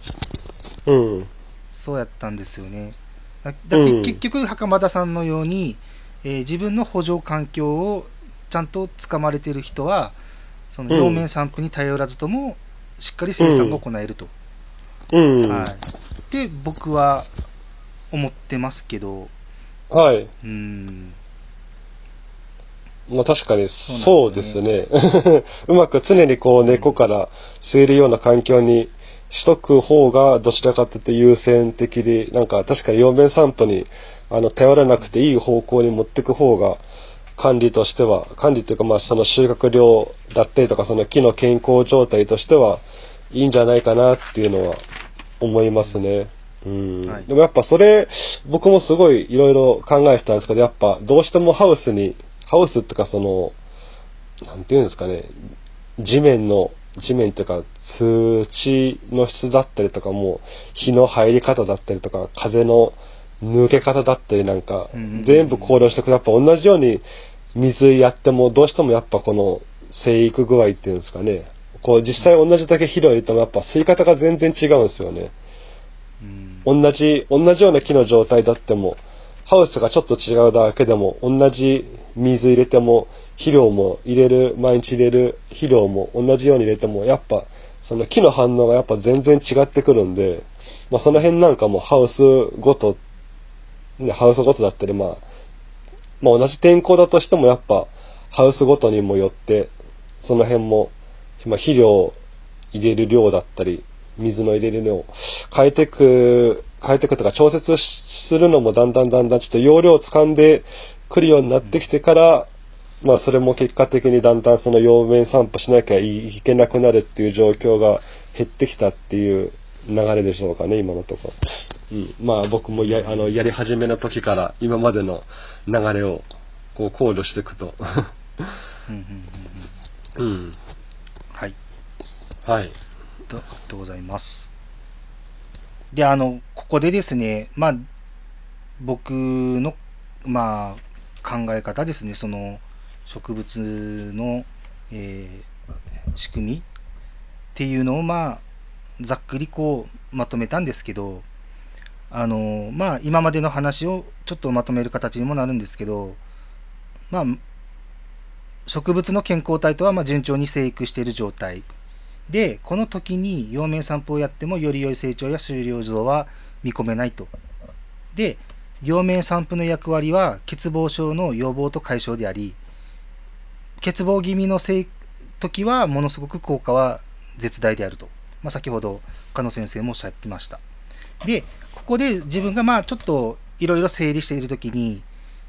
Speaker 1: そうやったんですよね。結局袴田さんのように、自分の圃場環境をちゃんとつかまれている人はその葉面散布に頼らずともしっかり生産が行えると、はい、で僕は思ってますけど、
Speaker 3: はい。確かにそうですね。うまく常に根っこから吸えるような環境にしとく方がどちらかというと優先的で、確かに葉面散布に頼らなくていい方向に持っていく方が、管理としては、管理というか、その収穫量だったりとか、その木の健康状態としてはいいんじゃないかなっていうのは思いますね。
Speaker 1: はい、
Speaker 3: でもやっぱそれ、僕もすごいいろいろ考えてたんですけど、やっぱどうしてもハウスっていうかなんていうんですかね、地面っていうか、土の質だったりとかも、火の入り方だったりとか、風の抜け方だったりなんか、全部考慮してくる。やっぱ同じように水やっても、どうしてもやっぱこの生育具合っていうんですかね、実際同じだけ肥料入れてもやっぱ吸い方が全然違うんですよね。同じような木の状態だっても、ハウスがちょっと違うだけでも、同じ水入れても、肥料も毎日入れる肥料も同じように入れても、やっぱ、その木の反応がやっぱ全然違ってくるんで、その辺なんかもハウスごとだったり、同じ天候だとしてもやっぱ、ハウスごとにもよって、その辺も、肥料を入れる量だったり、水の入れる量を変えていくとか調節するのもだんだんちょっと容量を掴んでくるようになってきてから、それも結果的にだんだんその葉面散布しなきゃいけなくなるっていう状況が減ってきたっていう流れでしょうかね、今のところ。僕もやり始めの時から今までの流れを考慮していくと。
Speaker 1: はい。
Speaker 3: はい。
Speaker 1: でございます。で、ここでですね、僕の、考え方ですね、その植物の、仕組みっていうのを、ざっくりまとめたんですけど、今までの話をちょっとまとめる形にもなるんですけど、植物の健康体とは順調に生育している状態。で、この時に葉面散布をやってもより良い成長や収量増は見込めないと。で、葉面散布の役割は欠乏症の予防と解消であり、欠乏気味の時はものすごく効果は絶大であると。先ほど鹿野先生もおっしゃってました。で、ここで自分がちょっといろいろ整理している時に、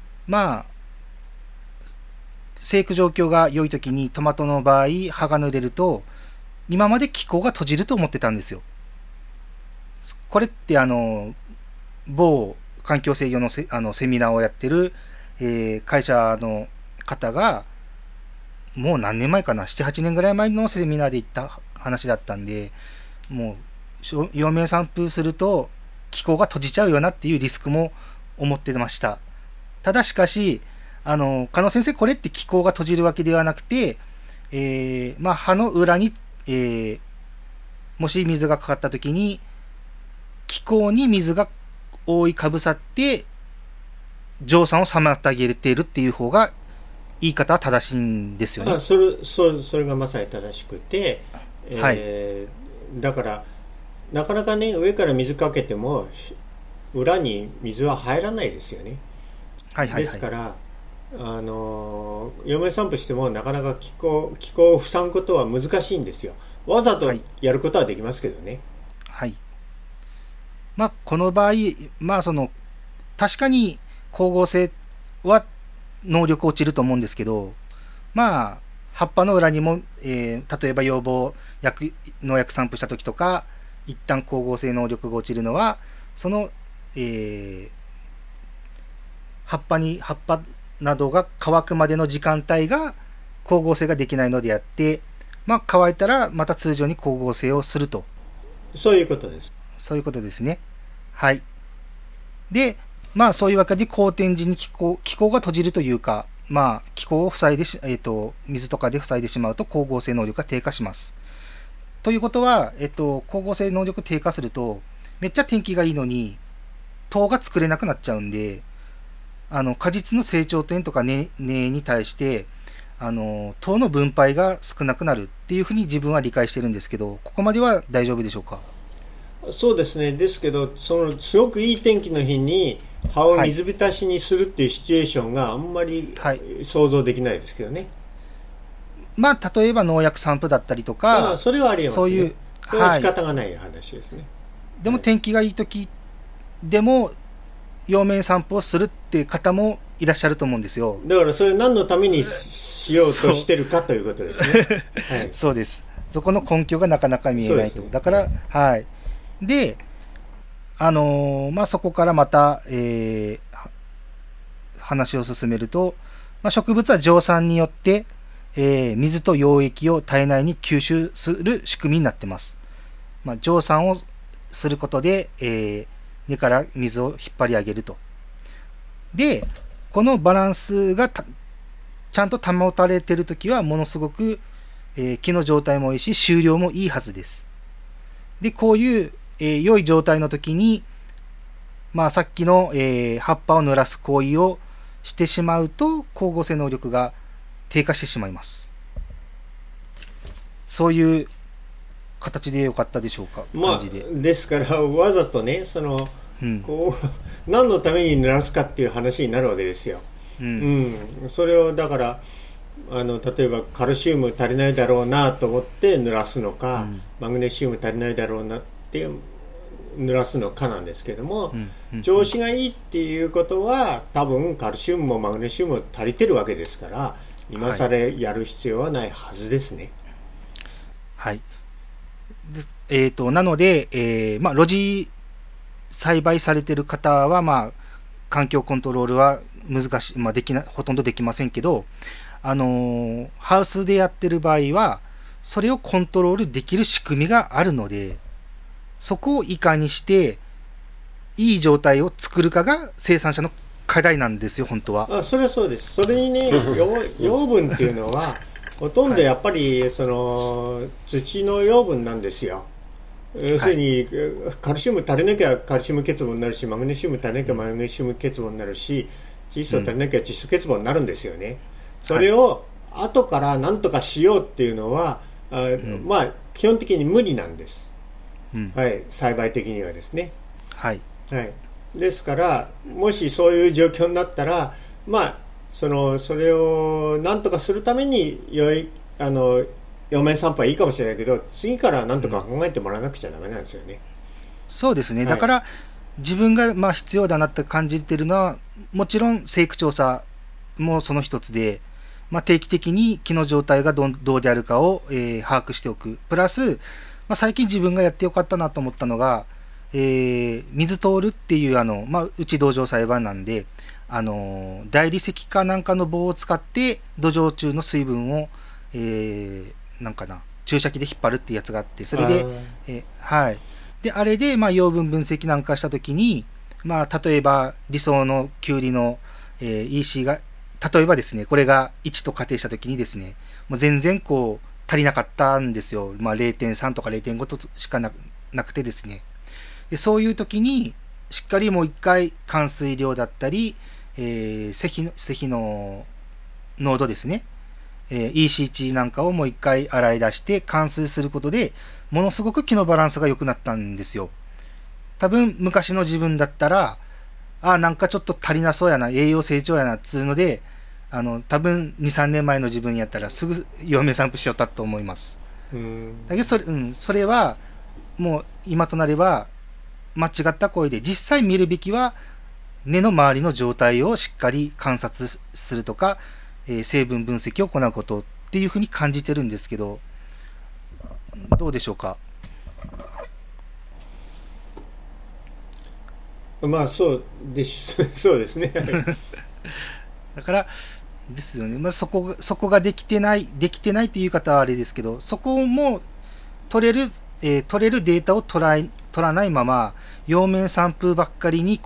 Speaker 1: 生育状況が良い時にトマトの場合葉が濡れると、今まで気候が閉じると思ってたんですよ。これって某環境制御のセミナーをやってる、会社の方がもう何年前かな、7、8年ぐらい前のセミナーで言った話だったんで、もう葉面散布すると気候が閉じちゃうよなっていうリスクも思ってました。ただしかし鹿野先生、これって気候が閉じるわけではなくて、葉の裏にもし水がかかった時に気候に水が覆いかぶさって蒸散を妨げているっていう方が言い方は正しいんですよね。
Speaker 4: それがまさに正しくて、だからなかなかね、上から水かけても裏に水は入らないですよね。ですから葉面散布してもなかなか気候を塞ぐことは難しいんですよ。わざとやることはできますけどね。
Speaker 1: この場合、確かに光合成は能力落ちると思うんですけど、葉っぱの裏にも、例えば農薬散布した時とか、一旦光合成能力が落ちるのは、その、葉っぱなどが乾くまでの時間帯が光合成ができないのであって、乾いたらまた通常に光合成をすると。
Speaker 4: そういうことです。
Speaker 1: そういうことですね。はい。で、そういうわけで好天時に気候が閉じるというか、気候を塞いで水とかで塞いでしまうと光合成能力が低下します。ということは、光合成能力低下すると、めっちゃ天気がいいのに、糖が作れなくなっちゃうんで、果実の成長点とか根に対して、糖の分配が少なくなるっていうふうに自分は理解してるんですけど、ここまでは大丈夫でしょうか？
Speaker 4: そうですね。ですけど、すごくいい天気の日に葉を水浸しにするっていうシチュエーションがあんまり想像できないですけどね。
Speaker 1: 例えば農薬散布だったりとか、
Speaker 4: それはありえますね。
Speaker 1: そういう、
Speaker 4: それは仕方がない話ですね。
Speaker 1: でも天気がいい時でも、 葉面散布をするっていう方もいらっしゃると思うんですよ。
Speaker 4: だからそれ何のためにしようとしてるかということですね。はい、
Speaker 1: そうです。そこの根拠がなかなか見えないと。ね、だから、はい。で、そこからまた、話を進めると、植物は蒸散によって、水と溶液を体内に吸収する仕組みになっています。蒸散をすることで、根から水を引っ張り上げると。で、このバランスがちゃんと保たれているときは、ものすごく、木の状態もいいし、収量もいいはずです。で、こういう、良い状態のときに、さっきの、葉っぱを濡らす行為をしてしまうと、光合成能力が低下してしまいます。そういう形でよかったでしょうか。感じで。
Speaker 4: ですから、わざとね、何のために濡らすかっていう話になるわけですよ。それを、だから、例えばカルシウム足りないだろうなと思って濡らすのか、マグネシウム足りないだろうなって濡らすのかなんですけども、調子がいいっていうことは多分カルシウムもマグネシウムも足りてるわけですから、今更やる必要はないはずですね。
Speaker 1: はい。なので、露地栽培されてる方は、環境コントロールは難しい、ほとんどできませんけど、ハウスでやってる場合は、それをコントロールできる仕組みがあるので、そこをいかにして、いい状態を作るかが生産者の課題なんですよ、本当は。
Speaker 4: それはそうです。それにね、養分っていうのは、ほとんどやっぱり、土の養分なんですよ。要するに、カルシウム足りなきゃカルシウム欠乏になるし、マグネシウム足りなきゃマグネシウム欠乏になるし、窒素足りなきゃ窒素欠乏になるんですよね。それを後から何とかしようっていうのは、基本的に無理なんです。はい、栽培的にはですね。
Speaker 1: はい。
Speaker 4: はい。ですから、もしそういう状況になったら、それを何とかするために葉面散布はいいかもしれないけど、次から何とか考えてもらわなくちゃダメなんですよね。
Speaker 1: そうですね。だから、自分が必要だなって感じているのは、もちろん生育調査もその一つで、定期的に木の状態がどうであるかを、把握しておく。プラス、最近自分がやってよかったなと思ったのが、水通るっていううち土壌栽培なんで、大理石かなんかの棒を使って土壌中の水分を、注射器で引っ張るっていうやつがあって、それで、はい。で、あれで、養分分析なんかしたときに、例えば理想のキュウリの、EC が、例えばですね、これが1と仮定したときにですね、もう全然足りなかったんですよ。0.3 とか 0.5 としかなくてですね。で、そういうときに、しっかりもう一回、含水量だったり、石の濃度ですね。EC 値なんかをもう一回洗い出して換水することで、ものすごく木のバランスが良くなったんですよ。多分、昔の自分だったら、なんかちょっと足りなそうやな、栄養成長やなっつうので、多分2、3年前の自分やったらすぐ葉面散布しよったと思います。だけどそれはもう今となれば間違った行為で、実際見るべきは根の周りの状態をしっかり観察するとか、成分分析を行うことっていうふうに感じてるんですけど、どうでしょうか。
Speaker 4: そうですね。
Speaker 1: だからですよね。そこができてないっていう言い方はあれですけど、そこも取れるデータを取らないまま、葉面散布ばっかりに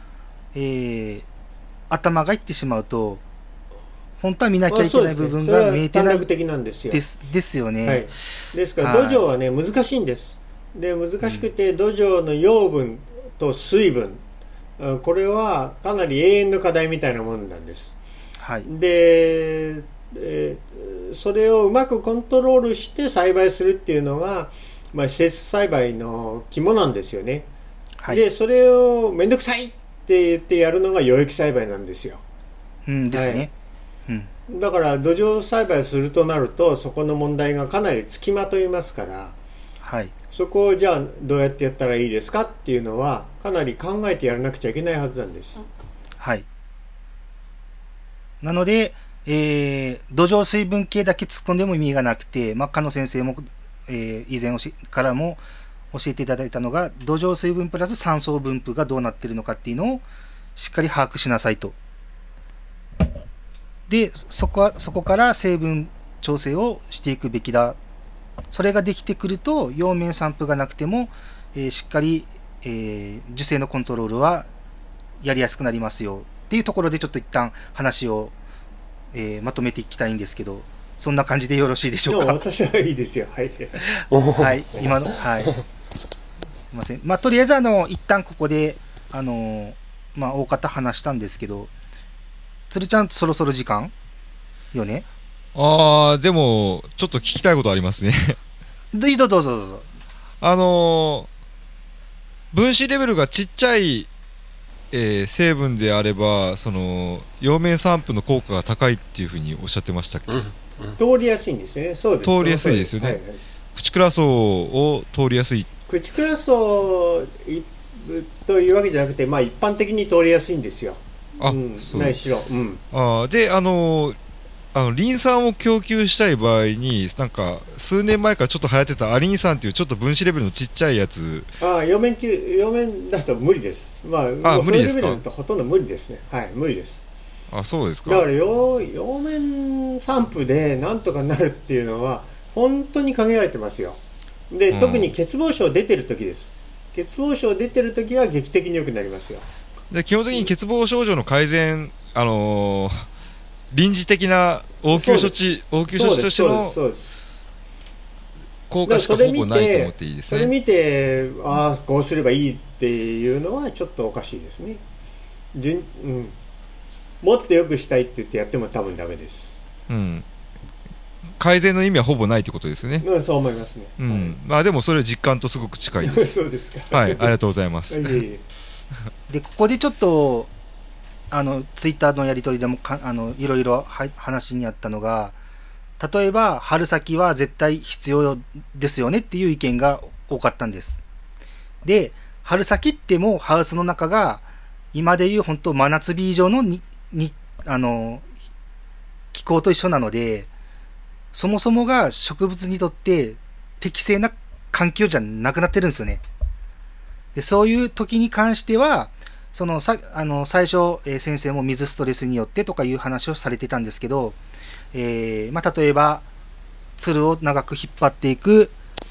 Speaker 1: 頭がいってしまうと、本当は見なきゃいけない部分が見えてない。
Speaker 4: 短絡的なんですよ。
Speaker 1: ですよね。
Speaker 4: はい。ですから土壌はね、難しいんです。で、難しくて、土壌の養分と水分、これはかなり永遠の課題みたいなものなんです。
Speaker 1: はい。
Speaker 4: で、それをうまくコントロールして栽培するっていうのが、施設栽培の肝なんですよね。はい。で、それをめんどくさいって言ってやるのが養液栽培なんですよ。
Speaker 1: ですね。
Speaker 4: だから土壌栽培するとなると、そこの問題がかなりつきまといますから、
Speaker 1: はい、
Speaker 4: そこをじゃあどうやってやったらいいですかっていうのはかなり考えてやらなくちゃいけないはずなんです。
Speaker 1: はい。なので、土壌水分計だけ突っ込んでも意味がなくて、まあ、鹿野先生も、以前からも教えていただいたのが、土壌水分プラス酸素分布がどうなっているのかっていうのをしっかり把握しなさいと。で、そこから成分調整をしていくべきだ。それができてくると、葉面散布がなくても、しっかり、樹勢のコントロールはやりやすくなりますよっていうところで、ちょっと一旦話を、まとめていきたいんですけど、そんな感じでよろしいでしょうか。
Speaker 4: 私はいいですよ。はい。
Speaker 1: はい、今の、はい。すいません。まあ、とりあえず一旦ここで、まあ、大方話したんですけど、鶴ちゃん、そろそろ時間よね。
Speaker 2: でも、ちょっと聞きたいことありますね。
Speaker 1: どうぞ。
Speaker 2: 分子レベルがちっちゃい、成分であれば、葉面散布の効果が高いっていうふうにおっしゃってましたっけ？
Speaker 4: 通りやすいんですね。そうです。
Speaker 2: 通りやすいですよね。はいはい、クラ層を通りやすい。
Speaker 4: クラ層というわけじゃなくて、まあ一般的に通りやすいんですよ。ないしろ。
Speaker 2: で、リン酸を供給したい場合に、なんか数年前からちょっと流行ってたアリン酸っていうちょっと分子レベルのちっちゃいやつ。
Speaker 4: 葉面だと無理です。まあ無理ですか？そういうレベルだとほとんど無理ですね。はい、無理です。
Speaker 2: そうですか。
Speaker 4: だから葉面散布でなんとかなるっていうのは本当に限られてますよ。で、特に欠乏症出てる時です。欠乏症出てる時は劇的に良くなりますよ。
Speaker 2: で、基本的に欠乏症状の改善、臨時的な応急処置としての効果しかほぼないと思っていいですね。
Speaker 4: それ見て、こうすればいいっていうのはちょっとおかしいですね。もっと良くしたいって言ってやっても多分ダメです。
Speaker 2: 改善の意味はほぼないってことですよね。
Speaker 4: そう思いますね。
Speaker 2: まあでもそれは実感とすごく近いです。
Speaker 4: そうですか。
Speaker 2: はい、ありがとうございます。
Speaker 1: で、ここでちょっとツイッターのやり取りでもいろいろ話にあったのが、例えば春先は絶対必要ですよねっていう意見が多かったんです。で、春先ってもうハウスの中が今でいう本当真夏日以上の気候と一緒なので、そもそもが植物にとって適正な環境じゃなくなってるんですよね。で、そういう時に関しては、最初、先生も水ストレスによってとかいう話をされてたんですけど、まあ、例えば、つるを長く引っ張っていく、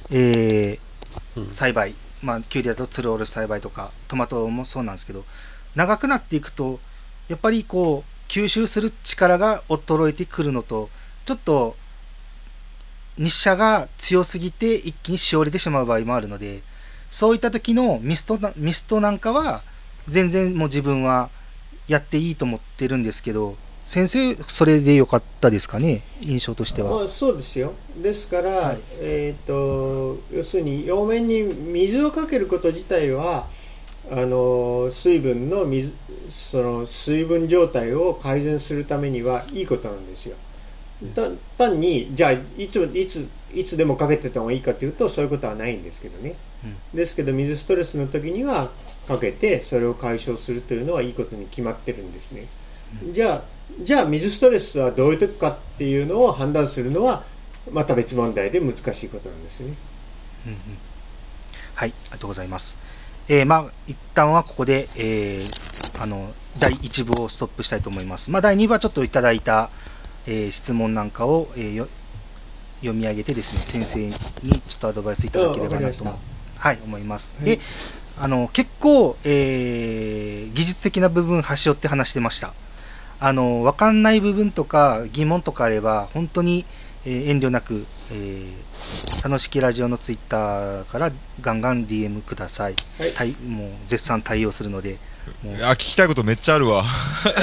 Speaker 1: 栽培。まあ、キュウリだとつるおろし栽培とか、トマトもそうなんですけど、長くなっていくと、やっぱりこう、吸収する力が衰えてくるのと、ちょっと、日射が強すぎて一気にしおれてしまう場合もあるので、そういった時のミストなんかは、全然もう自分はやっていいと思ってるんですけど、先生、それでよかったですかね、印象としては。
Speaker 4: そうですよ。ですから、はい、要するに表面に水をかけること自体は水分状態を改善するためにはいいことなんですよ。単にじゃあいつでもかけてた方がいいかというとそういうことはないんですけどね。ですけど水ストレスの時にはかけてそれを解消するというのはいいことに決まってるんですね。じゃあ水ストレスはどういう時かっていうのを判断するのはまた別問題で難しいことなんですね。
Speaker 1: はい、ありがとうございます。まあ一旦はここで、第1部をストップしたいと思います。まあ第2部はちょっといただいた、質問なんかを、読み上げてですね、先生にちょっとアドバイスいただければなと思います。はい、で、結構、技術的な部分端折って話してました。わかんない部分とか疑問とかあれば本当に、遠慮なく、楽しきラジオのツイッターからガンガン DM ください。はい、もう絶賛対応するので。
Speaker 2: 聞きたいことめっちゃあるわ。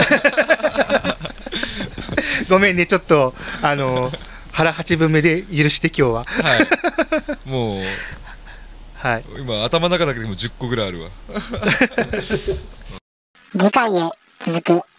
Speaker 1: ごめんね、ちょっと腹8分目で許して今日は。
Speaker 2: はい。もう、
Speaker 1: はい。
Speaker 2: 今頭の中だけでも10個ぐらいあるわ。
Speaker 5: 次回へ続く。